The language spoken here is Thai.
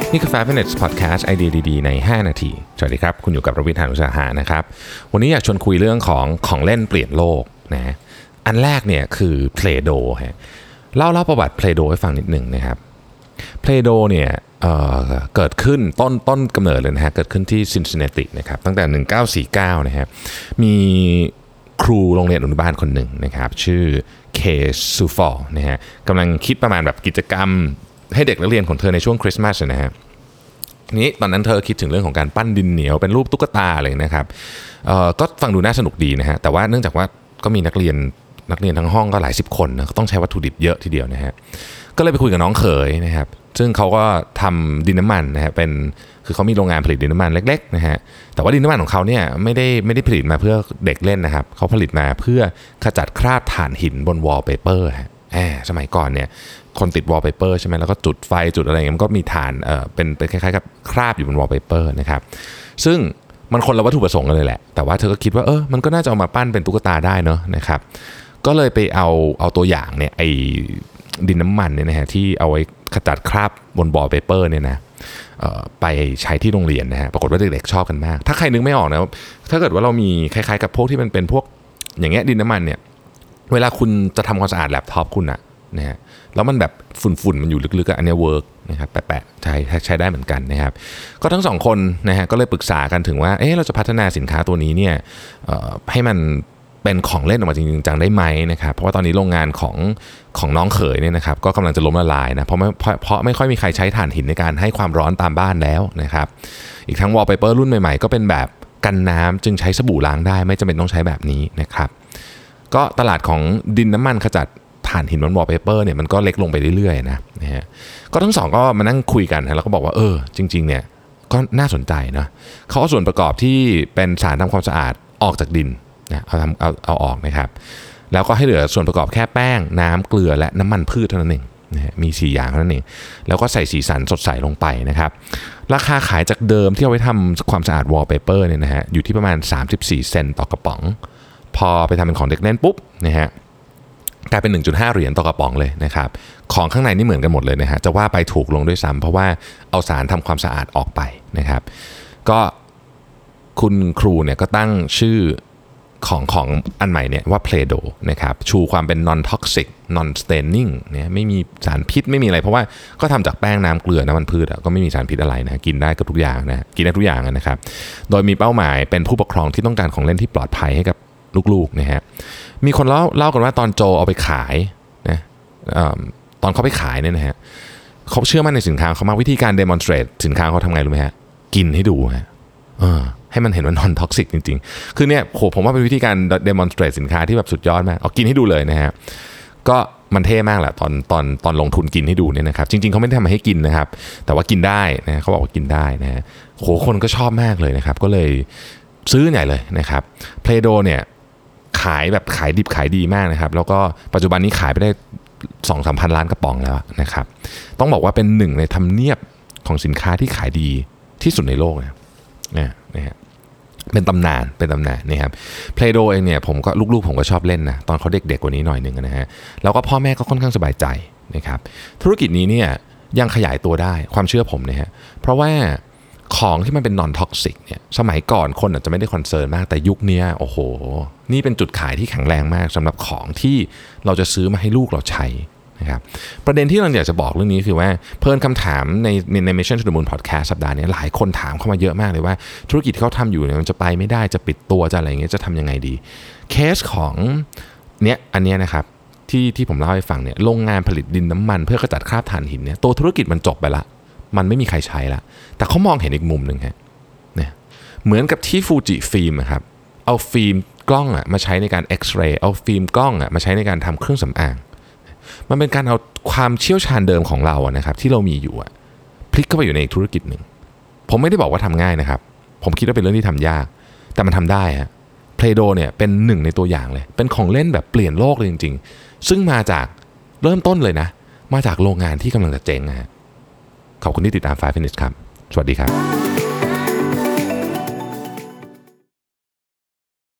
นี่คือ 5 minutes podcast ไอเดียดีๆใน5นาทีสวัสดีครับคุณอยู่กับรวิทย์ หาญอุตสาหะนะครับวันนี้อยากชวนคุยเรื่องของเล่นเปลี่ยนโลกนะอันแรกเนี่ยคือ Play-Doh ฮะเล่าประวัติ Play-Doh ให้ฟังนิดหนึ่งนะครับ Play-Doh เนี่ยเกิดขึ้นต้นกำเนิดเลยนะฮะเกิดขึ้นที่ซินซินเนตินะครับตั้งแต่1949นะฮะมีครูโรงเรียนอนุบาลคนหนึ่งนะครับชื่อเคซูฟอร์นะฮะกำลังคิดประมาณแบบกิจกรรมให้เด็กนักเรียนของเธอในช่วงคริสต์มาสนะฮะนี้ตอนนั้นเธอคิดถึงเรื่องของการปั้นดินเหนียวเป็นรูปตุ๊กตาอะไรนะครับก็ฟังดูน่าสนุกดีนะฮะแต่ว่าเนื่องจากว่าก็มีนักเรียนทั้งห้องก็หลายสิบคนนะต้องใช้วัตถุดิบเยอะทีเดียวนะฮะก็เลยไปคุยกับน้องเขยนะครับซึ่งเขาก็ทำดินน้ำมันนะฮะคือเขามีโรงงานผลิตดินน้ำมันเล็กๆนะฮะแต่ว่าดินน้ำมันของเขาเนี่ยไม่ได้ผลิตมาเพื่อเด็กเล่นนะครับเขาผลิตมาเพื่อขจัดคราบถ่านหินบนวอลเปเปอร์ฮะสมัยก่อนเนี่ยคนติดวอลเปเปอร์ใช่ไหมแล้วก็จุดไฟจุดอะไรเงี้ยมันก็มีถ่านเป็นคล้ายๆกับคราบอยู่บนวอลเปเปอร์นะครับซึ่งมันคนละวัตถุประสงค์กันเลยแหละแต่ว่าเธอก็คิดว่ามันก็น่าจะเอามาปั้นเป็นตุ๊กตาได้เนอะนะครับก็เลยไปเอาตัวอย่างเนี่ยไอ้ดินน้ำมันเนี่ยนะฮะที่เอาไว้ขจัดคราบบนวอลเปเปอร์เนี่ยนะไปใช้ที่โรงเรียนนะฮะปรากฏว่าเด็กๆชอบกันมากถ้าใครนึกไม่ออกนะถ้าเกิดว่าเรามีคล้ายๆกับพวกที่มันเป็นพวกอย่างเงี้ยดินน้ำมันเนี่ยเวลาคุณจะทำความสะอาดแล็ปท็อปคุณอะนะฮะแล้วมันแบบฝุ่นมันอยู่ลึกๆอันนี้เวิร์กนะครับแปะๆใช้ได้เหมือนกันนะครับก็ทั้งสองคนนะฮะก็เลยปรึกษากันถึงว่าเราจะพัฒนาสินค้าตัวนี้เนี่ยให้มันเป็นของเล่นออกมาจริงๆจังได้ไหมนะครับเพราะว่าตอนนี้โรงงานของน้องเขยเนี่ยนะครับก็กำลังจะล้มละลายนะเพราะไม่ค่อยมีใครใช้ถ่านหินในการให้ความร้อนตามบ้านแล้วนะครับอีกทั้งวอลเปเปอร์รุ่นใหม่ๆก็เป็นแบบกันน้ำจึงใช้สบู่ล้างได้ไม่จำเป็นต้องใช้แบบนี้นะครับก็ตลาดของดินน้ำมันขจัดถ่านหินบนวอลเปเปอร์เนี่ยมันก็เล็กลงไปเรื่อยๆนะฮะก็ทั้งสองก็มานั่งคุยกันแล้วก็บอกว่าจริงๆเนี่ยก็น่าสนใจนะเขาเอาส่วนประกอบที่เป็นสารทำความสะอาดออกจากดินนะเอาออกนะครับแล้วก็ให้เหลือส่วนประกอบแค่แป้งน้ำเกลือและน้ำมันพืชเท่านั้นเองนะฮะมี4อย่างเท่านั้นเองแล้วก็ใส่สีสันสดใสลงไปนะครับราคาขายจากเดิมที่เอาไว้ทำความสะอาดวอลเปเปอร์เนี่ยนะฮะอยู่ที่ประมาณ34 เซนต์ต่อกระป๋องพอไปทำเป็นของเด็กเล่นปุ๊บนะฮะกลายเป็น 1.5 เหรียญต่อกระป๋องเลยนะครับของข้างในนี่เหมือนกันหมดเลยนะฮะจะว่าไปถูกลงด้วยซ้ำเพราะว่าเอาสารทำความสะอาดออกไปนะครับก็คุณครูเนี่ยก็ตั้งชื่อของอันใหม่เนี่ยว่า Play-Doh นะครับชูความเป็น non toxic non staining เนี่ยไม่มีสารพิษไม่มีอะไรเพราะว่าก็ทำจากแป้งน้ำเกลือน้ำมันพืชก็ไม่มีสารพิษอะไรนะกินได้กับทุกอย่างนะกินได้ทุกอย่างนะครับโดยมีเป้าหมายเป็นผู้ปกครองที่ต้องการของเล่นที่ปลอดภัยให้กับลูกๆนะฮะมีคนเล่ากันว่าตอนโจเอาไปขายนะตอนเขาไปขายเนี่ยนะฮะเขาเชื่อมั่นในสินค้าเขามากวิธีการ demonstrate สินค้าเขาทำไงรู้ไหมฮะกินให้ดูฮะให้มันเห็นว่า non toxic จริงๆคือเนี่ยผมว่าเป็นวิธีการ demonstrate สินค้าที่แบบสุดยอดมากเอากินให้ดูเลยนะฮะก็มันเท่มากแหละตอนลงทุนกินให้ดูเนี่ยนะครับจริงๆเขาไม่ได้ทำมาให้กินนะครับแต่ว่ากินได้นะเขาบอกว่ากินได้นะฮะคนก็ชอบมากเลยนะครับก็เลยซื้อใหญ่เลยนะครับ Play-Doh เนี่ยขายดิบขายดีมากนะครับแล้วก็ปัจจุบันนี้ขายไปได้ 2-3 พันล้านกระป๋องแล้วนะครับต้องบอกว่าเป็นหนึ่งในทำเนียบของสินค้าที่ขายดีที่สุดในโลกนะฮะเป็นตำนานนะครับ Play-Doh เองเนี่ยลูกๆผมก็ชอบเล่นนะตอนเขาเด็กๆกว่านี้หน่อยนึงนะฮะแล้วก็พ่อแม่ก็ค่อนข้างสบายใจนะครับธุรกิจนี้เนี่ยยังขยายตัวได้ความเชื่อผมนะฮะเพราะว่าของที่มันเป็น non toxic เนี่ยสมัยก่อนคนอาจจะไม่ได้คอนเซิร์นมากแต่ยุคนี้โอ้โหนี่เป็นจุดขายที่แข็งแรงมากสำหรับของที่เราจะซื้อมาให้ลูกเราใช้นะครับประเด็นที่เราอยากจะบอกเรื่องนี้คือว่าเพิ่นคำถามใน Mission to the Moon Podcast สัปดาห์นี้หลายคนถามเข้ามาเยอะมากเลยว่าธุรกิจที่เขาทำอยู่เนี่ยมันจะไปไม่ได้จะปิดตัวจะอะไรอย่างเงี้ยจะทำยังไงดีเคสของอันเนี้ยนะครับที่ผมเล่าให้ฟังเนี่ยโรงงานผลิตดินน้ำมันเพื่อขจัดคราบถ่านหินเนี่ยตัวธุรกิจมันจบไปละมันไม่มีใครใช้ละแต่เขามองเห็นอีกมุมนึงฮะเนี่ยเหมือนกับที่ฟูจิฟิล์มครับเอาฟิล์มกล้องมาใช้ในการเอ็กซเรย์เอาฟิล์มกล้องมาใช้ในการทำเครื่องสำอางมันเป็นการเอาความเชี่ยวชาญเดิมของเรานะครับที่เรามีอยู่พลิกเข้าไปอยู่ในธุรกิจหนึ่งผมไม่ได้บอกว่าทำง่ายนะครับผมคิดว่าเป็นเรื่องที่ทำยากแต่มันทำได้ฮะ Play-Doh เนี่ยเป็นหนึ่งในตัวอย่างเลยเป็นของเล่นแบบเปลี่ยนโลกเลยจริงๆซึ่งมาจากเริ่มต้นเลยนะมาจากโรงงานที่กำลังจะเจ๊งฮะขอบคุณที่ติดตาม5 minutes ครับสวัสดีครับ